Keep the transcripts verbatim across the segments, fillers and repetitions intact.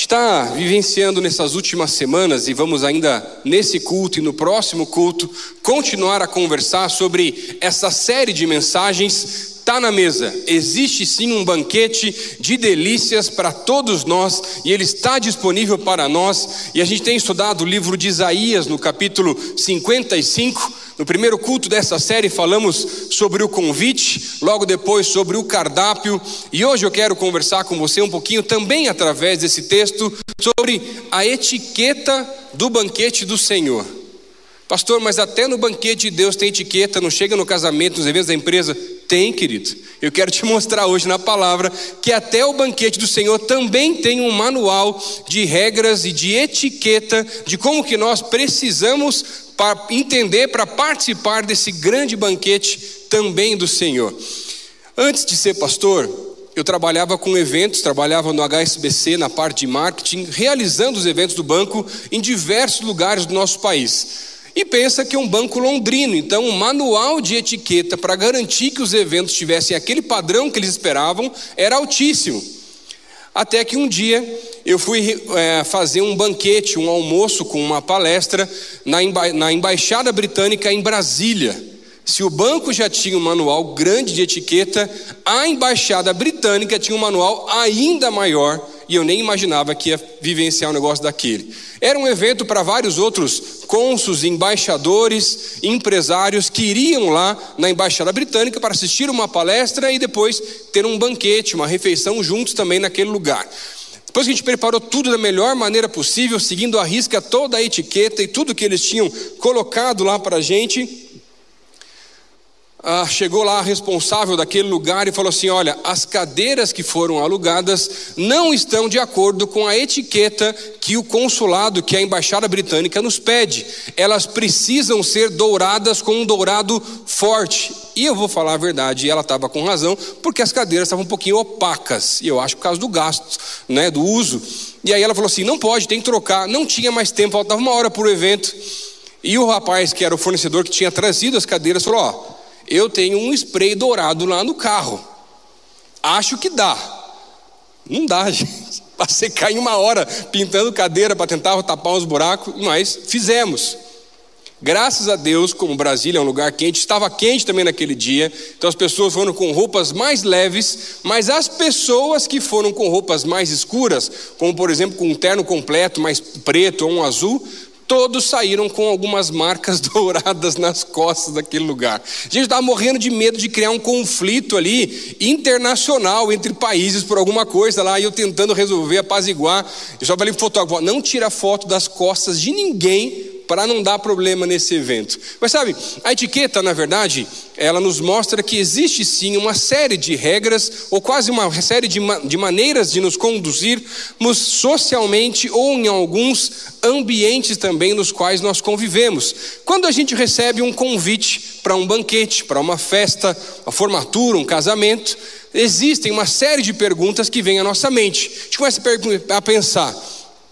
está vivenciando nessas últimas semanas, e vamos ainda nesse culto e no próximo culto continuar a conversar sobre essa série de mensagens. Está na mesa, existe sim um banquete de delícias para todos nós, e ele está disponível para nós. E a gente tem estudado o livro de Isaías no capítulo cinquenta e cinco. No primeiro culto dessa série falamos sobre o convite, logo depois sobre o cardápio, e hoje eu quero conversar com você um pouquinho também através desse texto sobre a etiqueta do banquete do Senhor. Pastor, mas até no banquete de Deus tem etiqueta, não chega no casamento, nos eventos da empresa? Tem, querido. Eu quero te mostrar hoje na palavra que até o banquete do Senhor também tem um manual de regras e de etiqueta de como que nós precisamos para entender, para participar desse grande banquete também do Senhor. Antes de ser pastor, eu trabalhava com eventos, trabalhava no H S B C na parte de marketing, realizando os eventos do banco em diversos lugares do nosso país. E pensa que é um banco londrino, então um manual de etiqueta para garantir que os eventos tivessem aquele padrão que eles esperavam era altíssimo. Até que um dia eu fui é, fazer um banquete, um almoço com uma palestra na, emba- na Embaixada Britânica em Brasília. Se o banco já tinha um manual grande de etiqueta, a Embaixada Britânica tinha um manual ainda maior, e eu nem imaginava que ia vivenciar um negócio daquele. Era um evento para vários outros cônsules, embaixadores, empresários que iriam lá na Embaixada Britânica para assistir uma palestra e depois ter um banquete, uma refeição juntos também naquele lugar. Depois que a gente preparou tudo da melhor maneira possível, seguindo à risca toda a etiqueta e tudo que eles tinham colocado lá para a gente, Ah, chegou lá a responsável daquele lugar e falou assim: olha, as cadeiras que foram alugadas não estão de acordo com a etiqueta que o consulado, que a Embaixada Britânica nos pede. Elas precisam ser douradas com um dourado forte. E eu vou falar a verdade, ela estava com razão, porque as cadeiras estavam um pouquinho opacas, e eu acho por causa do gasto, né, do uso. E aí ela falou assim: não pode, tem que trocar. Não tinha mais tempo, faltava uma hora para o evento. E o rapaz que era o fornecedor que tinha trazido as cadeiras falou: ó, eu tenho um spray dourado lá no carro, acho que dá. Não dá, gente. Passei cair em uma hora pintando cadeira para tentar tapar uns buracos, mas fizemos. Graças a Deus, como Brasília é um lugar quente, estava quente também naquele dia, então as pessoas foram com roupas mais leves, mas as pessoas que foram com roupas mais escuras, como por exemplo com um terno completo, mais preto ou um azul, todos saíram com algumas marcas douradas nas costas daquele lugar. A gente estava morrendo de medo de criar um conflito ali internacional entre países por alguma coisa lá, e eu tentando resolver, apaziguar. Eu só falei pro fotógrafo: não tira foto das costas de ninguém para não dar problema nesse evento. Mas sabe, a etiqueta, na verdade, ela nos mostra que existe sim uma série de regras, ou quase uma série de, ma- de maneiras de nos conduzirmos socialmente ou em alguns ambientes também nos quais nós convivemos. Quando a gente recebe um convite para um banquete, para uma festa, uma formatura, um casamento, existem uma série de perguntas que vêm à nossa mente. A gente começa a, pergun- a pensar: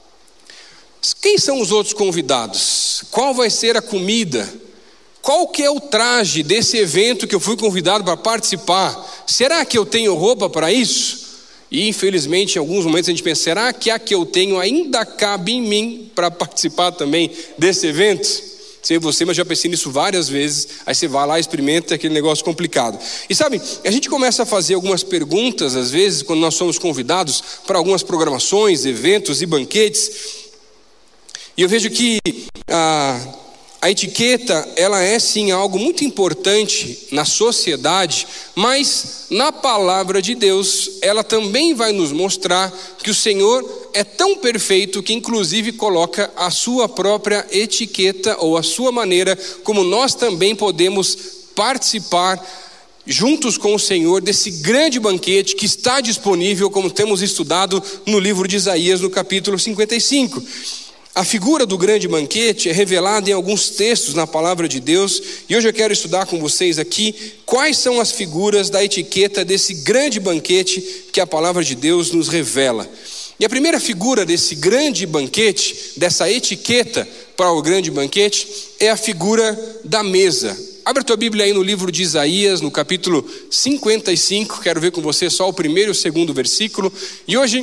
quem são os outros convidados? Qual vai ser a comida? Qual que é o traje desse evento que eu fui convidado para participar? Será que eu tenho roupa para isso? E infelizmente em alguns momentos a gente pensa: será que a que eu tenho ainda cabe em mim para participar também desse evento? Sei você, mas já pensei nisso várias vezes. Aí você vai lá e experimenta aquele negócio complicado. E sabe, a gente começa a fazer algumas perguntas às vezes quando nós somos convidados para algumas programações, eventos e banquetes. E eu vejo que a, a etiqueta, ela é sim algo muito importante na sociedade, mas na palavra de Deus, ela também vai nos mostrar que o Senhor é tão perfeito que inclusive coloca a sua própria etiqueta ou a sua maneira, como nós também podemos participar juntos com o Senhor desse grande banquete que está disponível, como temos estudado no livro de Isaías, no capítulo cinquenta e cinco. A figura do grande banquete é revelada em alguns textos na palavra de Deus, e hoje eu quero estudar com vocês aqui quais são as figuras da etiqueta desse grande banquete que a palavra de Deus nos revela. E a primeira figura desse grande banquete, dessa etiqueta para o grande banquete, é a figura da mesa. Abre a tua Bíblia aí no livro de Isaías, no capítulo cinquenta e cinco, quero ver com você só o primeiro e o segundo versículo, e hoje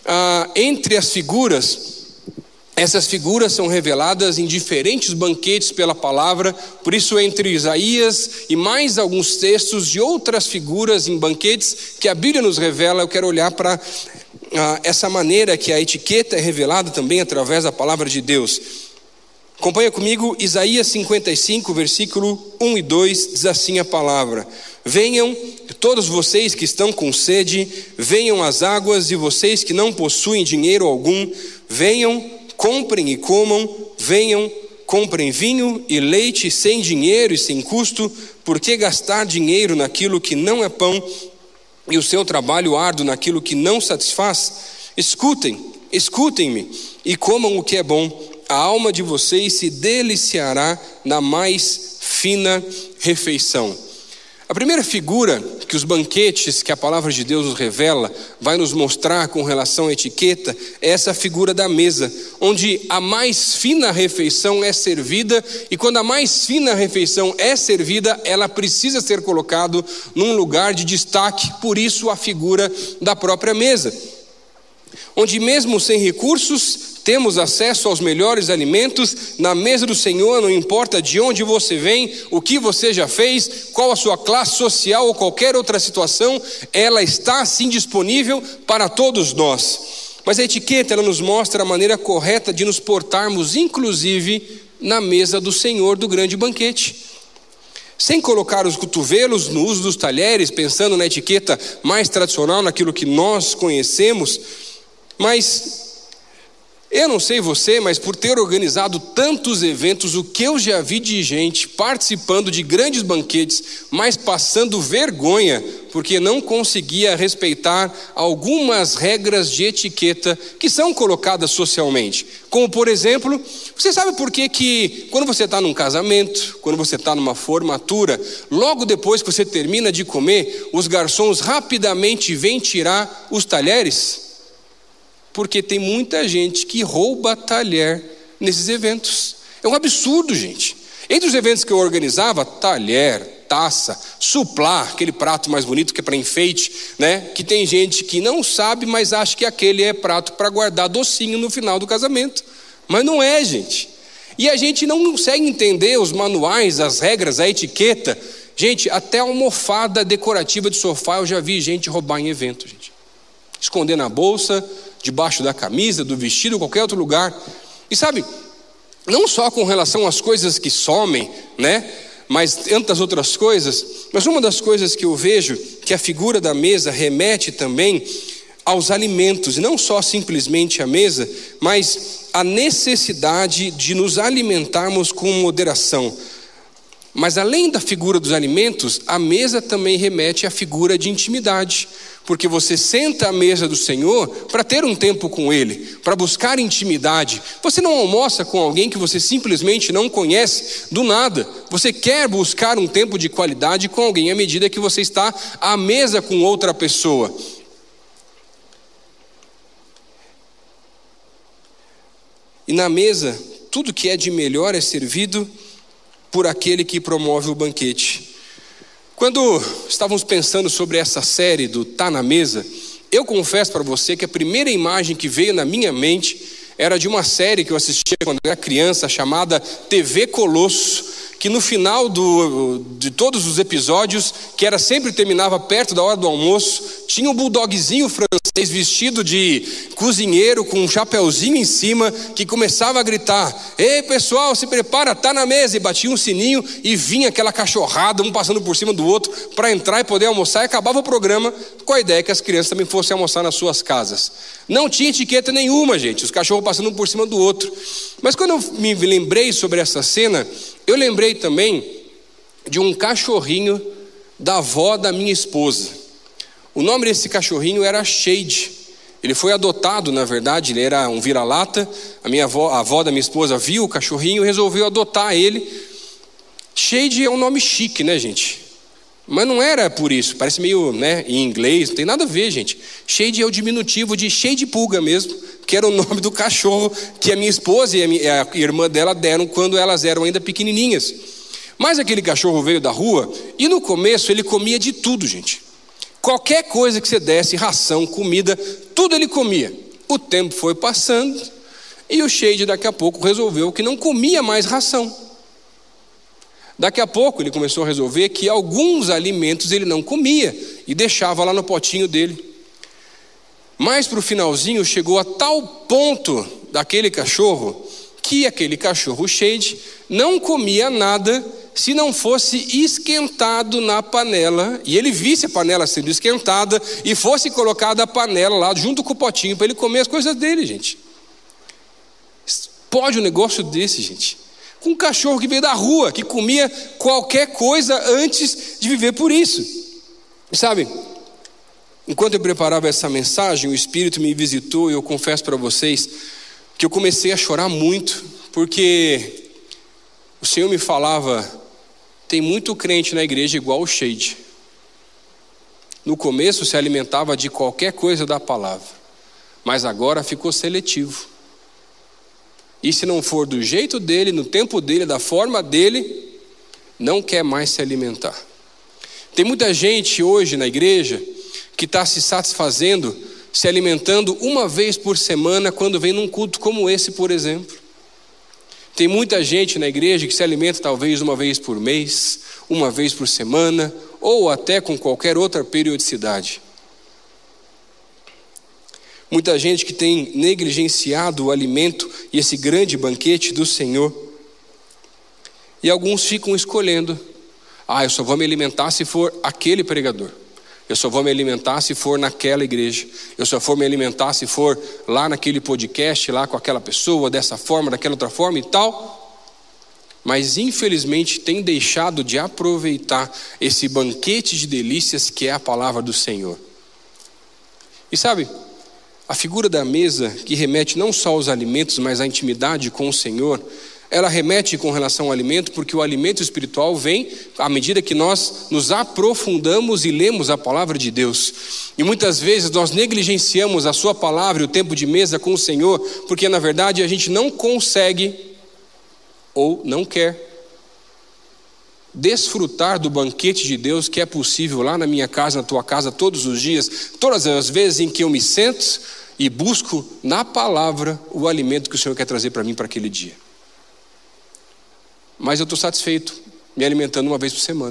ah, entre as figuras, essas figuras são reveladas em diferentes banquetes pela palavra, por isso entre Isaías e mais alguns textos de outras figuras em banquetes que a Bíblia nos revela, eu quero olhar para ah, essa maneira que a etiqueta é revelada também através da palavra de Deus. Acompanha comigo Isaías cinquenta e cinco, versículo um e dois, diz assim a palavra: venham todos vocês que estão com sede, venham às águas, e vocês que não possuem dinheiro algum, venham, comprem e comam, venham, comprem vinho e leite sem dinheiro e sem custo, por que gastar dinheiro naquilo que não é pão e o seu trabalho árduo naquilo que não satisfaz? Escutem, escutem-me e comam o que é bom, a alma de vocês se deliciará na mais fina refeição. A primeira figura que os banquetes que a palavra de Deus nos revela vai nos mostrar com relação à etiqueta é essa figura da mesa, onde a mais fina refeição é servida, e quando a mais fina refeição é servida, ela precisa ser colocada num lugar de destaque, por isso a figura da própria mesa, onde mesmo sem recursos temos acesso aos melhores alimentos. Na mesa do Senhor, não importa de onde você vem, o que você já fez, qual a sua classe social ou qualquer outra situação, ela está assim disponível para todos nós. Mas a etiqueta, ela nos mostra a maneira correta de nos portarmos, inclusive na mesa do Senhor do grande banquete, sem colocar os cotovelos no uso dos talheres, pensando na etiqueta mais tradicional, naquilo que nós conhecemos. Mas eu não sei você, mas por ter organizado tantos eventos, o que eu já vi de gente participando de grandes banquetes, mas passando vergonha, porque não conseguia respeitar algumas regras de etiqueta que são colocadas socialmente. Como por exemplo, você sabe por que que quando você está num casamento, quando você está numa formatura, logo depois que você termina de comer, os garçons rapidamente vêm tirar os talheres? Porque tem muita gente que rouba talher nesses eventos. É um absurdo, gente. Entre os eventos que eu organizava, talher, taça, suplá, aquele prato mais bonito que é para enfeite, né? Que tem gente que não sabe, mas acha que aquele é prato para guardar docinho no final do casamento. Mas não é, gente. E a gente não consegue entender os manuais, as regras, a etiqueta. Gente, até a almofada decorativa de sofá eu já vi gente roubar em evento, gente. Esconder na bolsa, debaixo da camisa, do vestido, qualquer outro lugar. E sabe, não só com relação às coisas que somem, né? Mas tantas outras coisas. Mas uma das coisas que eu vejo que a figura da mesa remete também aos alimentos, e não só simplesmente a mesa, mas a necessidade de nos alimentarmos com moderação. Mas além da figura dos alimentos, a mesa também remete à figura de intimidade, porque você senta à mesa do Senhor para ter um tempo com Ele, para buscar intimidade. Você não almoça com alguém que você simplesmente não conhece do nada. Você quer buscar um tempo de qualidade com alguém à medida que você está à mesa com outra pessoa. E na mesa, tudo que é de melhor é servido por aquele que promove o banquete. Quando estávamos pensando sobre essa série do Tá na Mesa, eu confesso para você que a primeira imagem que veio na minha mente era de uma série que eu assistia quando eu era criança, chamada T V Colosso, que no final do, de todos os episódios, que era sempre terminava perto da hora do almoço, tinha um bulldogzinho francês vestido de cozinheiro com um chapeuzinho em cima, que começava a gritar: ei pessoal, se prepara, tá na mesa, e batia um sininho e vinha aquela cachorrada, um passando por cima do outro para entrar e poder almoçar, e acabava o programa com a ideia que as crianças também fossem almoçar nas suas casas. Não tinha etiqueta nenhuma, gente, os cachorros passando um por cima do outro. Mas quando eu me lembrei sobre essa cena, eu lembrei também de um cachorrinho da avó da minha esposa. O nome desse cachorrinho era Shade. Ele foi adotado, na verdade, ele era um vira-lata. A minha avó, a avó da minha esposa viu o cachorrinho e resolveu adotar ele. Shade é um nome chique, né, gente? Mas não era por isso, parece meio, né, em inglês, não tem nada a ver, gente. Shade é o diminutivo de cheio de pulga mesmo, que era o nome do cachorro que a minha esposa e a, minha, a irmã dela deram quando elas eram ainda pequenininhas. Mas aquele cachorro veio da rua e no começo ele comia de tudo, gente. Qualquer coisa que você desse, ração, comida, tudo ele comia. O tempo foi passando e o Shade daqui a pouco resolveu que não comia mais ração. Daqui a pouco ele começou a resolver que alguns alimentos ele não comia e deixava lá no potinho dele. Mas para o finalzinho chegou a tal ponto daquele cachorro que aquele cachorro Shade não comia nada se não fosse esquentado na panela, e ele visse a panela sendo esquentada e fosse colocada a panela lá junto com o potinho para ele comer as coisas dele, gente. Pode um negócio desse, gente? Com um cachorro que veio da rua, que comia qualquer coisa antes de viver por isso. E sabe, enquanto eu preparava essa mensagem, o Espírito me visitou e eu confesso para vocês que eu comecei a chorar muito, porque o Senhor me falava, tem muito crente na igreja igual o Shade. No começo se alimentava de qualquer coisa da palavra, mas agora ficou seletivo. E se não for do jeito dele, no tempo dele, da forma dele, não quer mais se alimentar. Tem muita gente hoje na igreja que está se satisfazendo, se alimentando uma vez por semana quando vem num culto como esse, por exemplo. Tem muita gente na igreja que se alimenta talvez uma vez por mês, uma vez por semana, ou até com qualquer outra periodicidade. Muita gente que tem negligenciado o alimento e esse grande banquete do Senhor. E alguns ficam escolhendo, ah, eu só vou me alimentar se for aquele pregador. Eu só vou me alimentar se for naquela igreja. Eu só vou me alimentar se for lá naquele podcast, lá com aquela pessoa, dessa forma, daquela outra forma e tal. Mas infelizmente tem deixado de aproveitar esse banquete de delícias que é a palavra do Senhor. E sabe, a figura da mesa, que remete não só aos alimentos, mas à intimidade com o Senhor, ela remete com relação ao alimento, porque o alimento espiritual vem à medida que nós nos aprofundamos e lemos a palavra de Deus. E muitas vezes nós negligenciamos a sua palavra e o tempo de mesa com o Senhor, porque na verdade a gente não consegue ou não quer desfrutar do banquete de Deus que é possível lá na minha casa, na tua casa, todos os dias, todas as vezes em que eu me sento e busco na palavra o alimento que o Senhor quer trazer para mim para aquele dia. Mas eu estou satisfeito me alimentando uma vez por semana.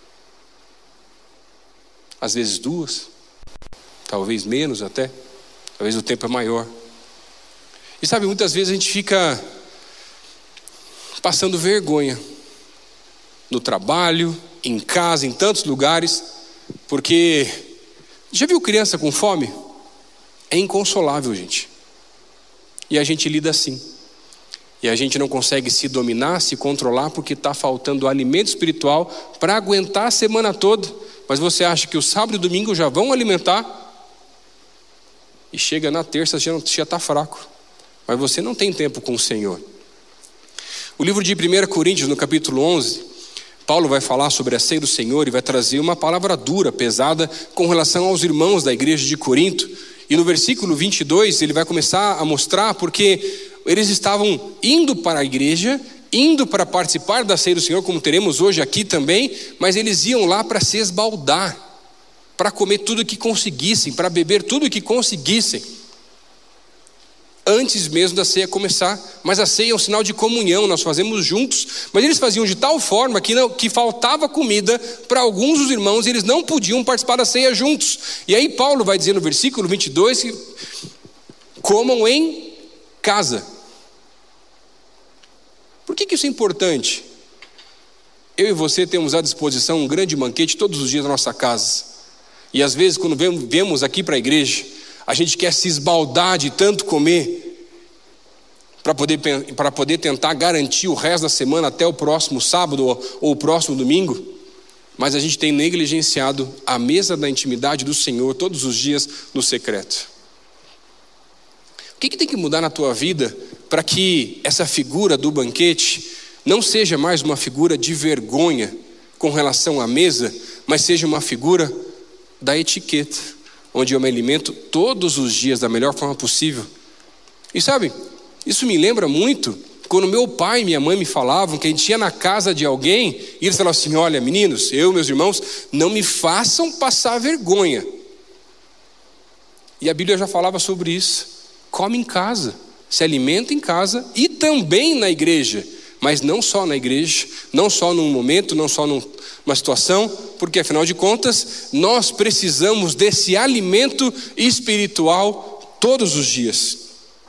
Às vezes duas, talvez menos até, talvez o tempo é maior. E sabe, muitas vezes a gente fica passando vergonha no trabalho, em casa, em tantos lugares, porque já viu criança com fome? É inconsolável, gente. E a gente lida assim. E a gente não consegue se dominar, se controlar, porque está faltando alimento espiritual para aguentar a semana toda. Mas você acha que o sábado e o domingo já vão alimentar? E chega na terça, já está fraco. Mas você não tem tempo com o Senhor. O livro de primeira Coríntios, no capítulo onze, Paulo vai falar sobre a ceia do Senhor e vai trazer uma palavra dura, pesada, com relação aos irmãos da igreja de Corinto. E no versículo vinte e dois ele vai começar a mostrar porque eles estavam indo para a igreja, indo para participar da ceia do Senhor, como teremos hoje aqui também, mas eles iam lá para se esbaldar, para comer tudo que conseguissem, para beber tudo que conseguissem, antes mesmo da ceia começar. Mas a ceia é um sinal de comunhão, nós fazemos juntos, mas eles faziam de tal forma que, não, que faltava comida para alguns dos irmãos e eles não podiam participar da ceia juntos. E aí Paulo vai dizer no versículo vinte e dois que comam em casa. Por que que isso é importante? Eu e você temos à disposição um grande banquete todos os dias na nossa casa. E às vezes quando vemos aqui para a igreja, a gente quer se esbaldar de tanto comer, para poder, para poder tentar garantir o resto da semana até o próximo sábado ou, ou o próximo domingo. Mas a gente tem negligenciado a mesa da intimidade do Senhor todos os dias no secreto. O que que tem que mudar na tua vida para que essa figura do banquete não seja mais uma figura de vergonha com relação à mesa, mas seja uma figura da etiqueta, onde eu me alimento todos os dias da melhor forma possível? E sabe, isso me lembra muito quando meu pai e minha mãe me falavam que a gente ia na casa de alguém e eles falavam assim: olha meninos, eu e meus irmãos, não me façam passar vergonha. E a Bíblia já falava sobre isso. come em casa, se alimenta em casa e também na igreja, mas não só na igreja, não só num momento, não só numa situação, porque afinal de contas, nós precisamos desse alimento espiritual todos os dias.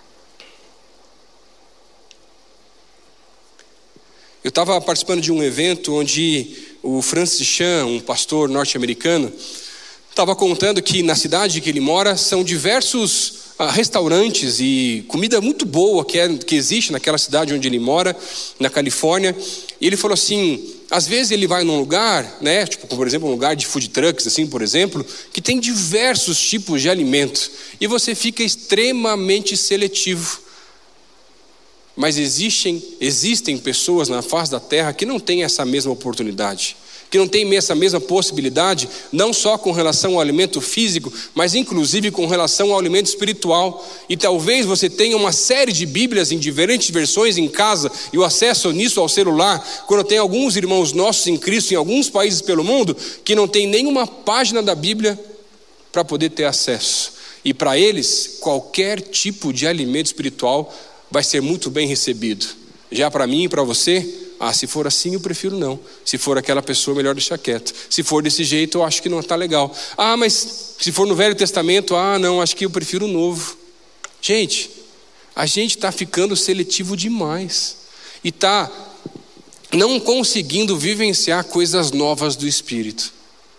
Eu estava participando de um evento onde o Francis Chan, um pastor norte-americano, estava contando que na cidade que ele mora são diversos ah, restaurantes e comida muito boa que, é, que existe naquela cidade onde ele mora, na Califórnia. E ele falou assim, às vezes ele vai num lugar, né, tipo, por exemplo, um lugar de food trucks, assim, por exemplo, que tem diversos tipos de alimentos e você fica extremamente seletivo. Mas existem, existem pessoas na face da terra que não têm essa mesma oportunidade, que não têm essa mesma possibilidade, não só com relação ao alimento físico, mas inclusive com relação ao alimento espiritual. E talvez você tenha uma série de Bíblias em diferentes versões em casa e o acesso nisso ao celular, quando tem alguns irmãos nossos em Cristo em alguns países pelo mundo, que não tem nenhuma página da Bíblia para poder ter acesso. E para eles, qualquer tipo de alimento espiritual vai ser muito bem recebido. Já para mim e para você, ah, se for assim eu prefiro não. Se for aquela pessoa, melhor deixar quieto. Se for desse jeito, eu acho que não está legal. Ah, mas se for no Velho Testamento, ah, não, acho que eu prefiro o Novo. Gente, a gente está ficando seletivo demais. E está não conseguindo vivenciar coisas novas do Espírito.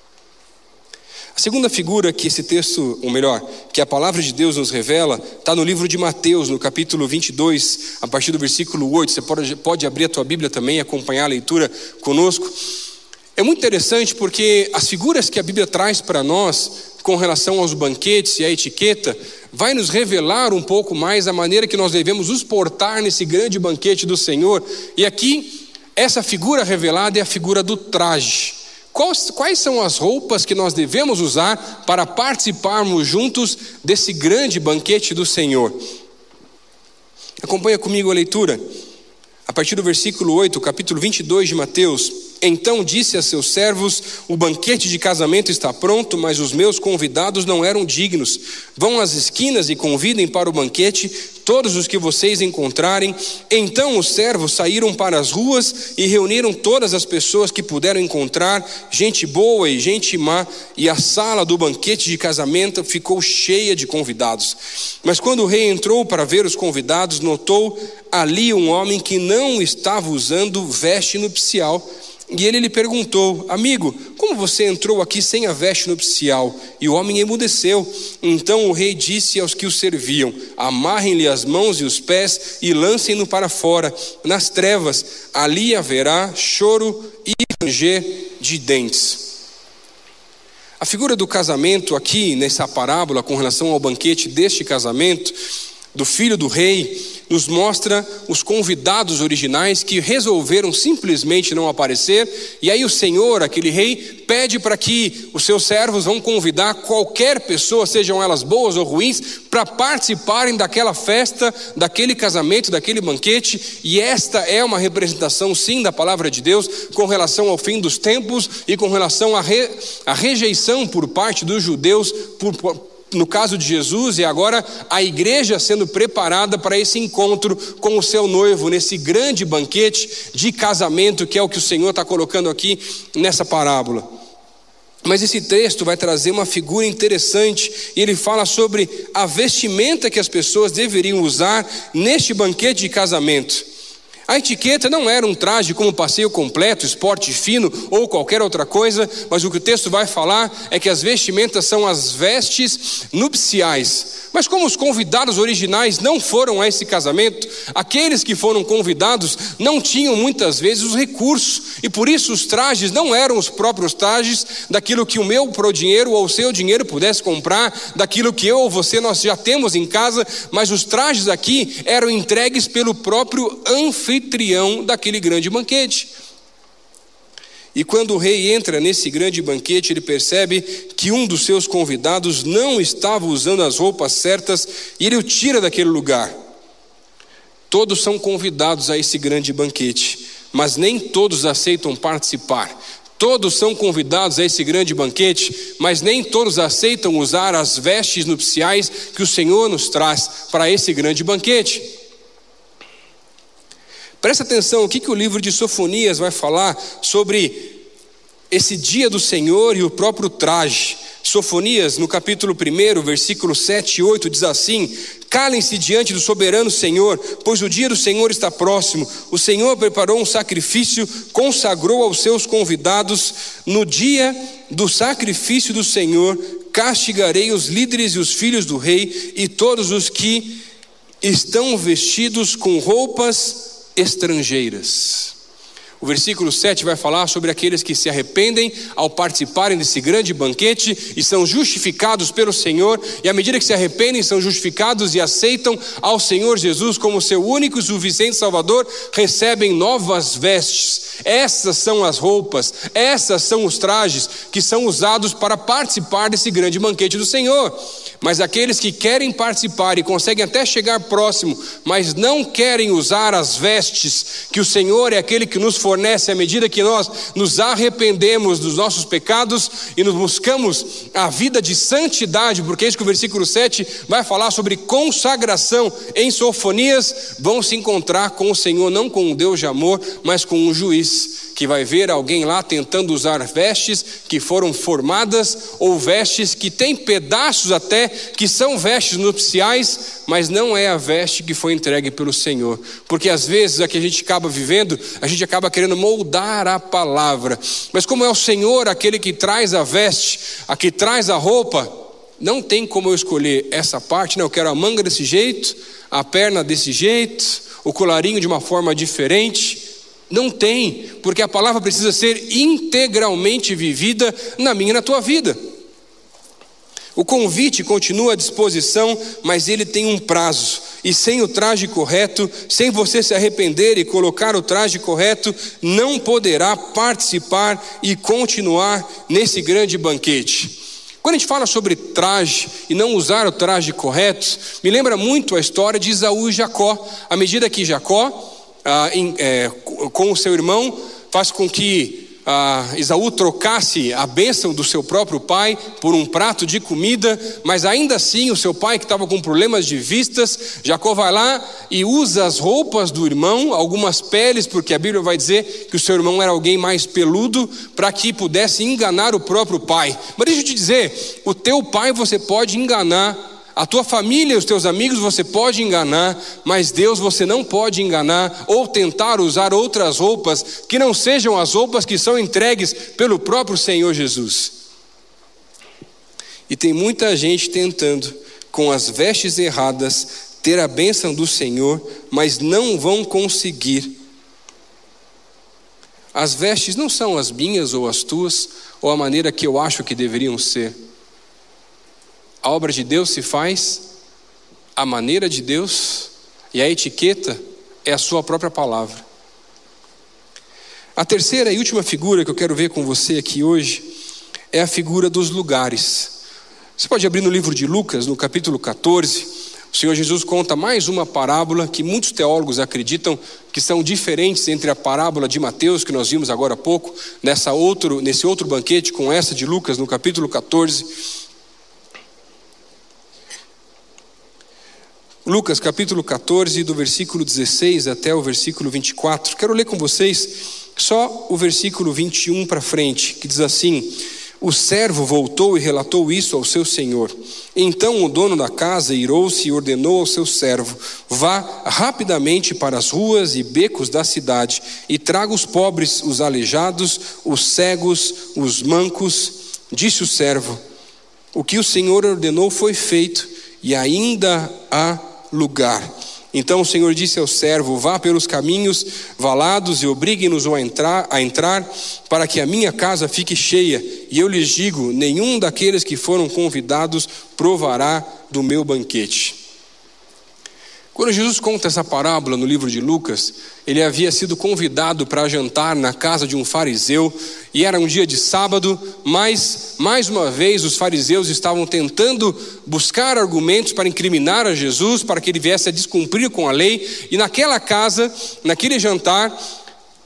A segunda figura que esse texto, ou melhor, que a palavra de Deus nos revela, está no livro de Mateus, no capítulo vinte e dois, a partir do versículo oito. Você pode, pode abrir a tua Bíblia também e acompanhar a leitura conosco. É muito interessante porque as figuras que a Bíblia traz para nós, com relação aos banquetes e à etiqueta, vai nos revelar um pouco mais a maneira que nós devemos nos portar nesse grande banquete do Senhor. E aqui, essa figura revelada é a figura do traje. Quais, quais são as roupas que nós devemos usar para participarmos juntos desse grande banquete do Senhor? Acompanha comigo a leitura. A partir do versículo oito, capítulo vinte e dois de Mateus. Então disse a seus servos, o banquete de casamento está pronto, mas os meus convidados não eram dignos. Vão às esquinas e convidem para o banquete todos os que vocês encontrarem. Então os servos saíram para as ruas e reuniram todas as pessoas que puderam encontrar, gente boa e gente má, e a sala do banquete de casamento ficou cheia de convidados. Mas quando o rei entrou para ver os convidados, notou ali um homem que não estava usando veste nupcial. E ele lhe perguntou, amigo, como você entrou aqui sem a veste nupcial? E o homem emudeceu. Então o rei disse aos que o serviam, amarrem-lhe as mãos e os pés e lancem-no para fora, nas trevas. Ali haverá choro e ranger de dentes. A figura do casamento aqui, nessa parábola, com relação ao banquete deste casamento, do filho do rei, nos mostra os convidados originais que resolveram simplesmente não aparecer. E aí o Senhor, aquele rei, pede para que os seus servos vão convidar qualquer pessoa, sejam elas boas ou ruins, para participarem daquela festa, daquele casamento, daquele banquete. E esta é uma representação sim da palavra de Deus com relação ao fim dos tempos e com relação à, re, à rejeição por parte dos judeus por, por no caso de Jesus, e agora a igreja sendo preparada para esse encontro com o seu noivo, nesse grande banquete de casamento, que é o que o Senhor está colocando aqui nessa parábola. Mas esse texto vai trazer uma figura interessante, e ele fala sobre a vestimenta que as pessoas deveriam usar neste banquete de casamento. A etiqueta não era um traje como passeio completo, esporte fino ou qualquer outra coisa, mas o que o texto vai falar é que as vestimentas são as vestes nupciais. Mas como os convidados originais não foram a esse casamento, aqueles que foram convidados não tinham muitas vezes os recursos, e por isso os trajes não eram os próprios trajes daquilo que o meu pro dinheiro ou o seu dinheiro pudesse comprar, daquilo que eu ou você nós já temos em casa, mas os trajes aqui eram entregues pelo próprio anfitrião daquele grande banquete. E quando o rei entra nesse grande banquete, ele percebe que um dos seus convidados não estava usando as roupas certas e ele o tira daquele lugar. Todos são convidados a esse grande banquete, mas nem todos aceitam participar. Todos são convidados a esse grande banquete, mas nem todos aceitam usar as vestes nupciais que o Senhor nos traz para esse grande banquete. Presta atenção, o que, que o livro de Sofonias vai falar sobre esse dia do Senhor e o próprio traje. Sofonias, no capítulo primeiro, versículos sete e oito, diz assim: calem-se diante do soberano Senhor, pois o dia do Senhor está próximo. O Senhor preparou um sacrifício, consagrou aos seus convidados. No dia do sacrifício do Senhor, castigarei os líderes e os filhos do rei e todos os que estão vestidos com roupas estrangeiras. O versículo sete vai falar sobre aqueles que se arrependem ao participarem desse grande banquete e são justificados pelo Senhor, e à medida que se arrependem, são justificados e aceitam ao Senhor Jesus como seu único e suficiente Salvador, recebem novas vestes. Essas são as roupas, essas são os trajes que são usados para participar desse grande banquete do Senhor. Mas aqueles que querem participar e conseguem até chegar próximo, mas não querem usar as vestes que o Senhor é aquele que nos fornece à medida que nós nos arrependemos dos nossos pecados e nos buscamos a vida de santidade, porque é isso que o versículo sete vai falar sobre consagração em Sofonias, vão se encontrar com o Senhor, não com um Deus de amor, mas com um juiz, que vai ver alguém lá tentando usar vestes que foram formadas, ou vestes que têm pedaços até, que são vestes nupciais, mas não é a veste que foi entregue pelo Senhor. Porque às vezes a que a gente acaba vivendo, a gente acaba querendo moldar a palavra, mas como é o Senhor aquele que traz a veste, a que traz a roupa, não tem como eu escolher essa parte, não, eu quero a manga desse jeito, a perna desse jeito, o colarinho de uma forma diferente. Não tem, porque a palavra precisa ser integralmente vivida na minha e na tua vida. O convite continua à disposição, mas ele tem um prazo. E sem o traje correto, sem você se arrepender e colocar o traje correto, não poderá participar e continuar nesse grande banquete. Quando a gente fala sobre traje e não usar o traje correto, me lembra muito a história de Esaú e Jacó. À medida que Jacó, Ah, em, é, com o seu irmão, faz com que ah, Esaú trocasse a bênção do seu próprio pai por um prato de comida, mas ainda assim o seu pai, que estava com problemas de vistas, Jacó vai lá e usa as roupas do irmão, algumas peles, porque a Bíblia vai dizer que o seu irmão era alguém mais peludo, para que pudesse enganar o próprio pai. Mas deixa eu te dizer, o teu pai você pode enganar, a tua família, os teus amigos você pode enganar, mas Deus você não pode enganar ou tentar usar outras roupas que não sejam as roupas que são entregues pelo próprio Senhor Jesus. E tem muita gente tentando, com as vestes erradas, ter a bênção do Senhor, mas não vão conseguir. As vestes não são as minhas ou as tuas, ou a maneira que eu acho que deveriam ser. A obra de Deus se faz à maneira de Deus, e a etiqueta é a sua própria palavra. A terceira e última figura que eu quero ver com você aqui hoje é a figura dos lugares. Você pode abrir no livro de Lucas, no capítulo catorze. O Senhor Jesus conta mais uma parábola que muitos teólogos acreditam que são diferentes entre a parábola de Mateus, que nós vimos agora há pouco, nessa outro, nesse outro banquete, com essa de Lucas, no capítulo catorze. Lucas capítulo catorze, do versículo dezesseis até o versículo vinte e quatro. Quero ler com vocês só o versículo vinte e um para frente, que diz assim: o servo voltou e relatou isso ao seu senhor. Então o dono da casa irou-se e ordenou ao seu servo: vá rapidamente para as ruas e becos da cidade e traga os pobres, os aleijados, os cegos, os mancos. Disse o servo: o que o Senhor ordenou foi feito, e ainda há lugar. Então o Senhor disse ao servo: vá pelos caminhos valados e obrigue-nos a entrar, a entrar, para que a minha casa fique cheia. E eu lhes digo: nenhum daqueles que foram convidados provará do meu banquete. Quando Jesus conta essa parábola no livro de Lucas, ele havia sido convidado para jantar na casa de um fariseu, e era um dia de sábado, mas mais uma vez os fariseus estavam tentando buscar argumentos para incriminar a Jesus, para que ele viesse a descumprir com a lei. E naquela casa, naquele jantar,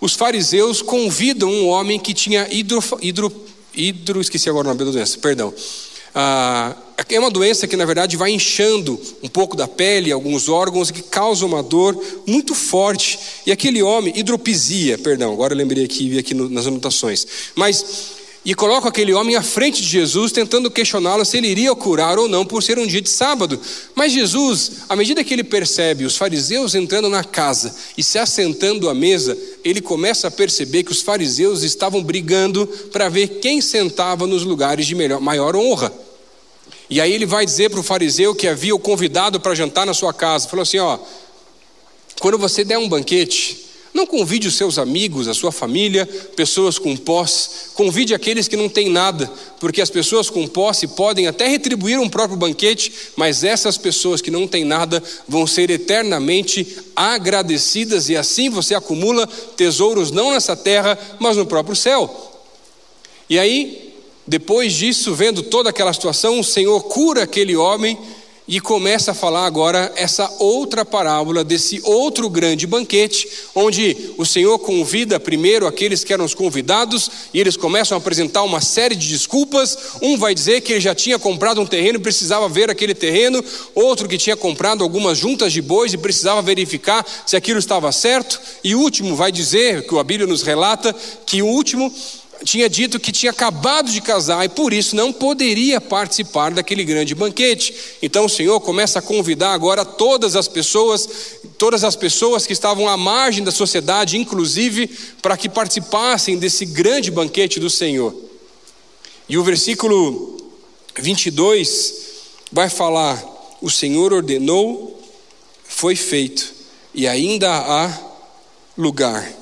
os fariseus convidam um homem que tinha hidro, hidro, hidro esqueci agora o nome da doença, perdão. Ah, é uma doença que na verdade vai inchando um pouco da pele, alguns órgãos, que causa uma dor muito forte. E aquele homem, hidropisia, perdão, agora eu lembrei aqui, vi aqui no, nas anotações. Mas, e coloca aquele homem à frente de Jesus, tentando questioná-lo se ele iria curar ou não, por ser um dia de sábado. Mas Jesus, à medida que ele percebe os fariseus entrando na casa e se assentando à mesa, ele começa a perceber que os fariseus estavam brigando para ver quem sentava nos lugares de melhor, maior honra. E aí ele vai dizer para o fariseu que havia o convidado para jantar na sua casa, falou assim, ó, quando você der um banquete, não convide os seus amigos, a sua família, pessoas com posse, convide aqueles que não têm nada, porque as pessoas com posse podem até retribuir um próprio banquete, mas essas pessoas que não têm nada vão ser eternamente agradecidas, e assim você acumula tesouros não nessa terra, mas no próprio céu. E aí, depois disso, vendo toda aquela situação, o Senhor cura aquele homem e começa a falar agora essa outra parábola desse outro grande banquete, onde o Senhor convida primeiro aqueles que eram os convidados, e eles começam a apresentar uma série de desculpas. Um vai dizer que ele já tinha comprado um terreno e precisava ver aquele terreno, outro que tinha comprado algumas juntas de bois e precisava verificar se aquilo estava certo, e o último vai dizer, que a Bíblia nos relata, que o último tinha dito que tinha acabado de casar e por isso não poderia participar daquele grande banquete. Então o Senhor começa a convidar agora todas as pessoas, todas as pessoas que estavam à margem da sociedade, inclusive, para que participassem desse grande banquete do Senhor. E o versículo vinte e dois vai falar: o Senhor ordenou, foi feito, e ainda há lugar.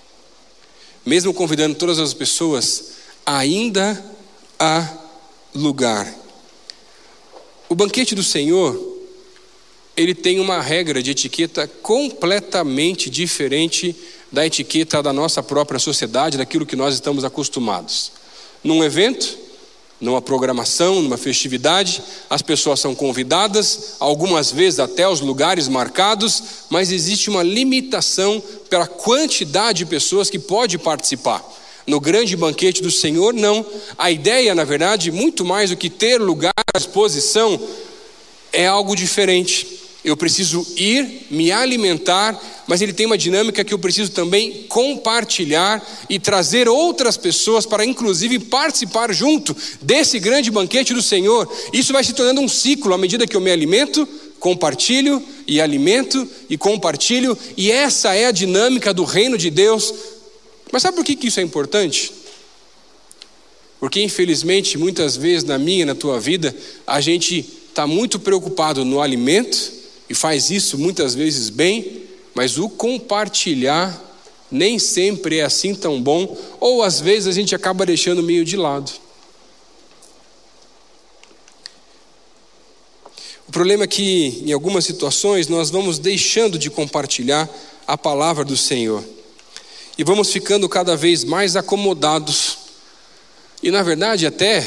Mesmo convidando todas as pessoas, ainda há lugar. O banquete do Senhor, ele tem uma regra de etiqueta completamente diferente da etiqueta da nossa própria sociedade, daquilo que nós estamos acostumados. Num evento, numa programação, numa festividade, as pessoas são convidadas, algumas vezes até aos lugares marcados, mas existe uma limitação pela quantidade de pessoas que pode participar. No grande banquete do Senhor, não. A ideia, na verdade, muito mais do que ter lugar à disposição, é algo diferente. Eu preciso ir, me alimentar, mas ele tem uma dinâmica que eu preciso também compartilhar e trazer outras pessoas para inclusive participar junto desse grande banquete do Senhor. Isso vai se tornando um ciclo à medida que eu me alimento, compartilho e alimento e compartilho, e essa é a dinâmica do reino de Deus. Mas sabe por que isso é importante? Porque infelizmente muitas vezes na minha e na tua vida a gente está muito preocupado no alimento e faz isso muitas vezes bem, mas o compartilhar nem sempre é assim tão bom, ou às vezes a gente acaba deixando meio de lado. O problema é que em algumas situações nós vamos deixando de compartilhar a palavra do Senhor e vamos ficando cada vez mais acomodados e na verdade até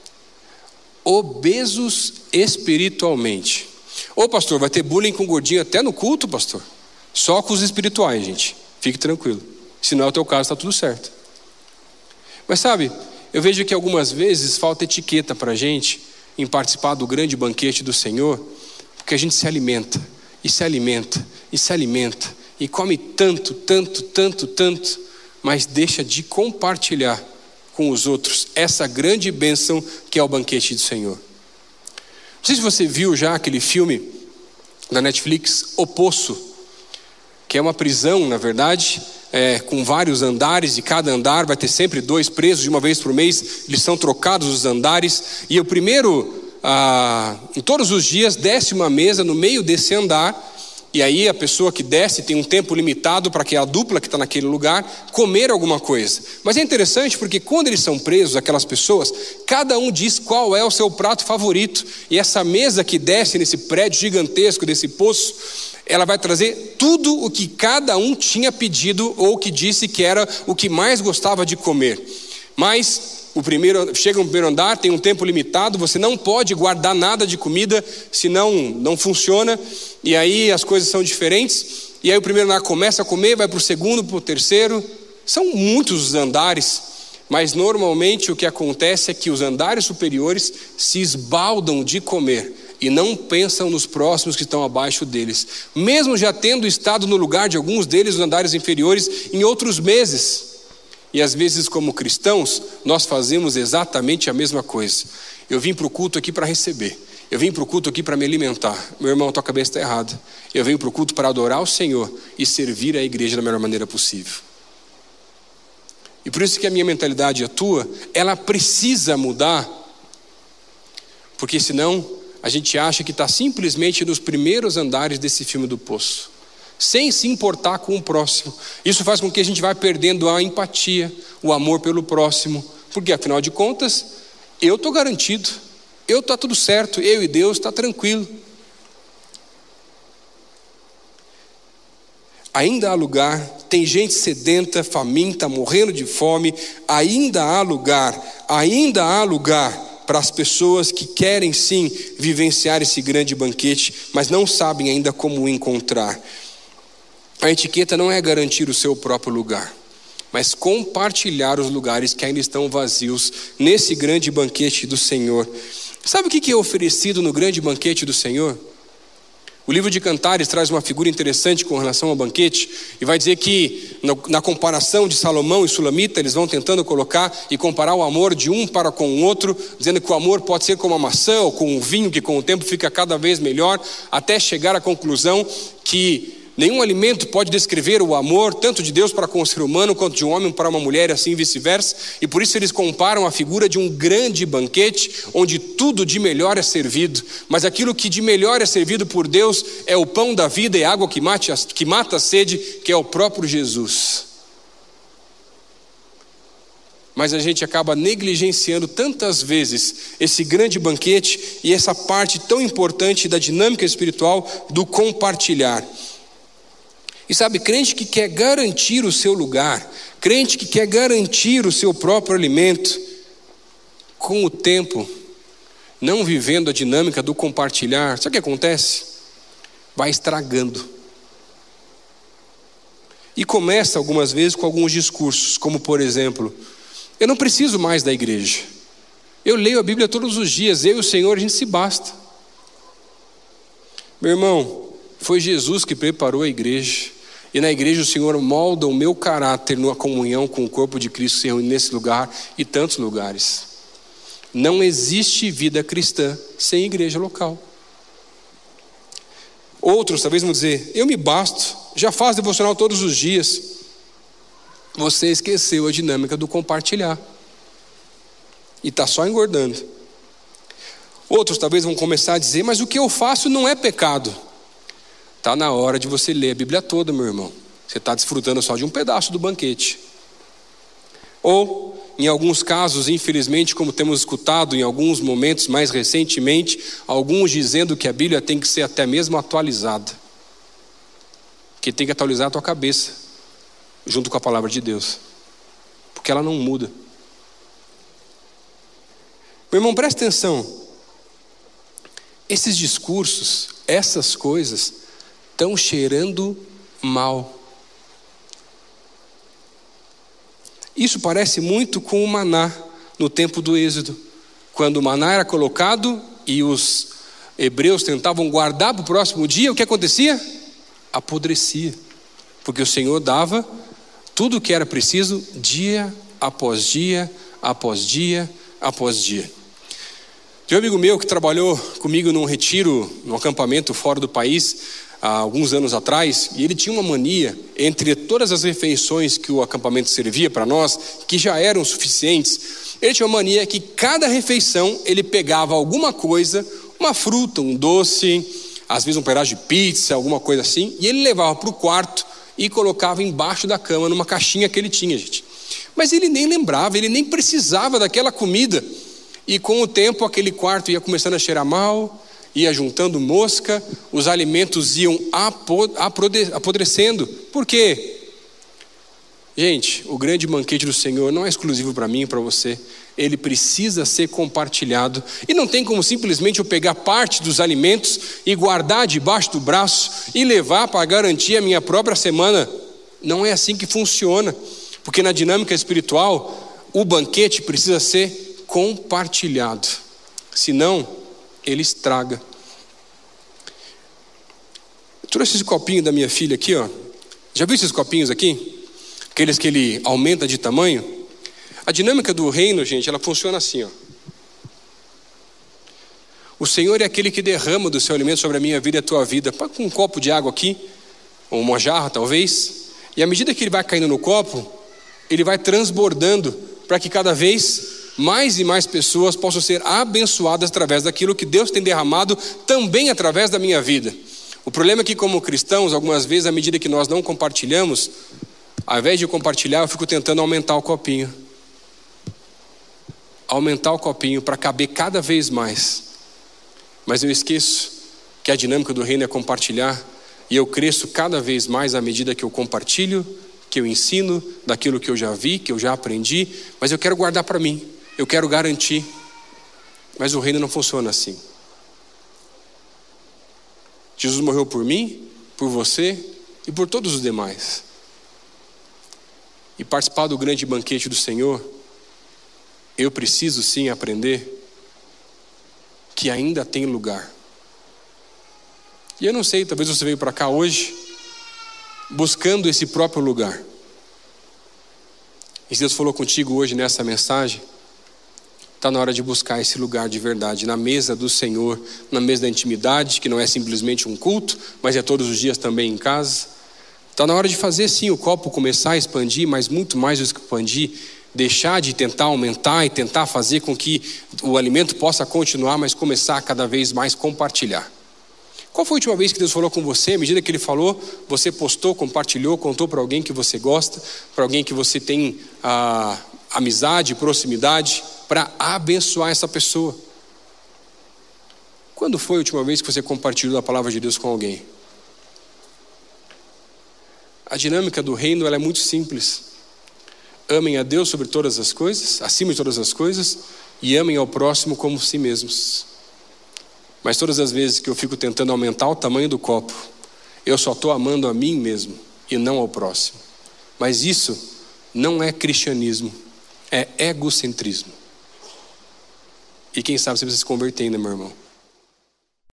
obesos espiritualmente. Ô pastor, vai ter bullying com gordinho até no culto, pastor? Só com os espirituais, gente. Fique tranquilo. Se não é o teu caso, está tudo certo. Mas sabe, eu vejo que algumas vezes falta etiqueta para a gente em participar do grande banquete do Senhor, porque a gente se alimenta, e se alimenta, e se alimenta, e come tanto, tanto, tanto, tanto, mas deixa de compartilhar com os outros essa grande bênção que é o banquete do Senhor. Não sei se você viu já aquele filme da Netflix, O Poço, que é uma prisão, na verdade, é, com vários andares, e cada andar vai ter sempre dois presos, de uma vez por mês, eles são trocados os andares, e o primeiro, ah, em todos os dias, desce uma mesa no meio desse andar, e aí a pessoa que desce tem um tempo limitado para que a dupla que está naquele lugar comer alguma coisa. Mas é interessante porque quando eles são presos, aquelas pessoas, cada um diz qual é o seu prato favorito. E essa mesa que desce nesse prédio gigantesco, desse poço, ela vai trazer tudo o que cada um tinha pedido ou que disse que era o que mais gostava de comer. Mas O primeiro, chega no primeiro andar, tem um tempo limitado, você não pode guardar nada de comida, senão não funciona, e aí as coisas são diferentes, e aí o primeiro andar começa a comer, vai para o segundo, para o terceiro, são muitos os andares, mas normalmente o que acontece é que os andares superiores se esbaldam de comer, e não pensam nos próximos que estão abaixo deles, mesmo já tendo estado no lugar de alguns deles, os andares inferiores, em outros meses. E às vezes, como cristãos, nós fazemos exatamente a mesma coisa. Eu vim para o culto aqui para receber, eu vim para o culto aqui para me alimentar. Meu irmão, tua cabeça está errada. Eu venho para o culto para adorar o Senhor e servir a igreja da melhor maneira possível. E por isso que a minha mentalidade e a tua, ela precisa mudar, porque senão a gente acha que está simplesmente nos primeiros andares desse filme do poço, sem se importar com o próximo. Isso faz com que a gente vá perdendo a empatia, o amor pelo próximo, porque afinal de contas, eu estou garantido, eu estou tudo certo, eu e Deus está tranquilo. Ainda há lugar, tem gente sedenta, faminta, morrendo de fome, ainda há lugar, ainda há lugar para as pessoas que querem sim vivenciar esse grande banquete, mas não sabem ainda como o encontrar. A etiqueta não é garantir o seu próprio lugar, mas compartilhar os lugares que ainda estão vazios nesse grande banquete do Senhor. Sabe o que é oferecido no grande banquete do Senhor? O livro de Cantares traz uma figura interessante com relação ao banquete, e vai dizer que na comparação de Salomão e Sulamita, eles vão tentando colocar e comparar o amor de um para com o outro, dizendo que o amor pode ser como a maçã ou com o vinho, que com o tempo fica cada vez melhor, até chegar à conclusão que nenhum alimento pode descrever o amor, tanto de Deus para com o ser humano, quanto de um homem para uma mulher, e assim vice-versa. E por isso eles comparam a figura de um grande banquete, onde tudo de melhor é servido. Mas aquilo que de melhor é servido por Deus é o pão da vida e a água que mata, que mata a sede, que é o próprio Jesus. Mas a gente acaba negligenciando tantas vezes esse grande banquete e essa parte tão importante da dinâmica espiritual do compartilhar. E sabe, crente que quer garantir o seu lugar, crente que quer garantir o seu próprio alimento, com o tempo, não vivendo a dinâmica do compartilhar, sabe o que acontece? Vai estragando. E começa algumas vezes com alguns discursos, como por exemplo, eu não preciso mais da igreja, eu leio a Bíblia todos os dias, eu e o Senhor, a gente se basta. Meu irmão, foi Jesus que preparou a igreja. E na igreja o Senhor molda o meu caráter numa comunhão com o corpo de Cristo se reúne nesse lugar e tantos lugares. Não existe vida cristã sem igreja local. Outros talvez vão dizer, eu me basto, já faço devocional todos os dias. Você esqueceu a dinâmica do compartilhar. E está só engordando. Outros talvez vão começar a dizer, mas o que eu faço não é pecado. Está na hora de você ler a Bíblia toda, meu irmão. Você está desfrutando só de um pedaço do banquete. Ou, em alguns casos, infelizmente, como temos escutado em alguns momentos mais recentemente, alguns dizendo que a Bíblia tem que ser até mesmo atualizada. Que tem que atualizar a tua cabeça, junto com a palavra de Deus. Porque ela não muda. Meu irmão, presta atenção. Esses discursos, essas coisas, estão cheirando mal. Isso parece muito com o maná no tempo do Êxodo, quando o maná era colocado e os hebreus tentavam guardar para o próximo dia, o que acontecia? Apodrecia, porque o Senhor dava tudo o que era preciso dia após dia, após dia, após dia. Tem um amigo meu que trabalhou comigo num retiro, num acampamento fora do país, há alguns anos atrás, e ele tinha uma mania, entre todas as refeições que o acampamento servia para nós, que já eram suficientes, ele tinha uma mania que cada refeição ele pegava alguma coisa, uma fruta, um doce, às vezes um pedaço de pizza, alguma coisa assim, e ele levava para o quarto e colocava embaixo da cama, numa caixinha que ele tinha, gente. Mas ele nem lembrava, ele nem precisava daquela comida, e com o tempo aquele quarto ia começando a cheirar mal, ia juntando mosca, os alimentos iam apodrecendo. Por quê? Gente, o grande banquete do Senhor não é exclusivo para mim e para você, ele precisa ser compartilhado. E não tem como simplesmente eu pegar parte dos alimentos e guardar debaixo do braço e levar para garantir a minha própria semana. Não é assim que funciona. Porque na dinâmica espiritual, o banquete precisa ser compartilhado. Senão, ele estraga. Eu trouxe esse copinho da minha filha aqui, ó. Já viu esses copinhos aqui? Aqueles que ele aumenta de tamanho. A dinâmica do reino, gente, ela funciona assim, ó. O Senhor é aquele que derrama do seu alimento sobre a minha vida e a tua vida. Põe com um copo de água aqui, ou uma jarra talvez. E à medida que ele vai caindo no copo, ele vai transbordando para que cada vez mais e mais pessoas possam ser abençoadas através daquilo que Deus tem derramado também através da minha vida. O problema é que, como cristãos, algumas vezes, à medida que nós não compartilhamos, ao invés de compartilhar, eu fico tentando aumentar o copinho. Aumentar o copinho para caber cada vez mais. Mas eu esqueço que a dinâmica do reino é compartilhar, e eu cresço cada vez mais à medida que eu compartilho, que eu ensino daquilo que eu já vi, que eu já aprendi, mas eu quero guardar para mim, eu quero garantir. Mas o reino não funciona assim. Jesus morreu por mim, por você e por todos os demais. E participar do grande banquete do Senhor, eu preciso sim aprender que ainda tem lugar. E eu não sei, talvez você veio para cá hoje buscando esse próprio lugar. E se Deus falou contigo hoje nessa mensagem, está na hora de buscar esse lugar de verdade, na mesa do Senhor, na mesa da intimidade, que não é simplesmente um culto, mas é todos os dias também em casa. Está na hora de fazer sim o copo começar a expandir, mas muito mais do que expandir, deixar de tentar aumentar e tentar fazer com que o alimento possa continuar, mas começar a cada vez mais compartilhar. Qual foi a última vez que Deus falou com você? À medida que Ele falou, você postou, compartilhou, contou para alguém que você gosta, para alguém que você tem ah, amizade, proximidade, para abençoar essa pessoa. Quando foi a última vez que você compartilhou a palavra de Deus com alguém? A dinâmica do reino ela é muito simples. Amem a Deus sobre todas as coisas, acima de todas as coisas, e amem ao próximo como si mesmos. Mas todas as vezes que eu fico tentando aumentar o tamanho do copo, eu só estou amando a mim mesmo e não ao próximo. Mas isso não é cristianismo, é egocentrismo. E quem sabe você precisa se converter ainda, meu irmão.